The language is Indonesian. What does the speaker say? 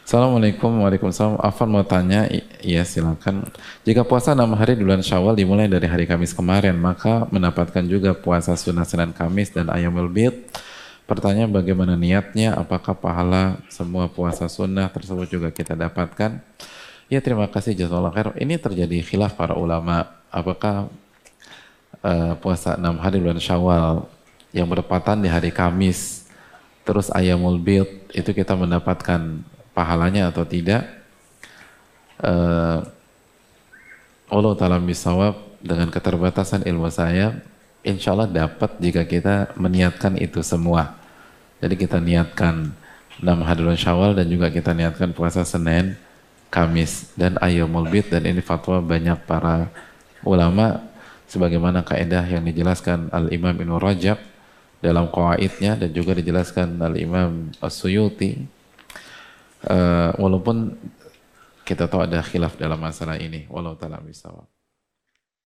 Assalamualaikum, waalaikumsalam. Afan mau tanya, iya silakan. Jika puasa 6 hari di bulan Syawal dimulai dari hari Kamis kemarin, maka mendapatkan juga puasa sunnah Senin Kamis dan Ayyamul Bid. Pertanyaan bagaimana niatnya? Apakah pahala semua puasa sunnah tersebut juga kita dapatkan? Ya terima kasih jazakallahu khair. Ini terjadi khilaf para ulama. Apakah puasa 6 hari bulan Syawal yang bertepatan di hari Kamis, terus Ayyamul Bid itu kita mendapatkan pahalanya atau tidak? Allah ta'ala bisawab, dengan keterbatasan ilmu saya, insya Allah dapat jika kita meniatkan itu semua. Jadi kita niatkan 6 hari bulan Syawal dan juga kita niatkan puasa Senin, Kamis dan Ayyamul Bid, dan ini fatwa banyak para ulama sebagaimana kaidah yang dijelaskan Al-Imam Ibnu Rajab dalam qawaidnya dan juga dijelaskan Al-Imam As-Suyuti. Walaupun kita tahu ada khilaf dalam masalah ini, wallahu ta'ala bisawab.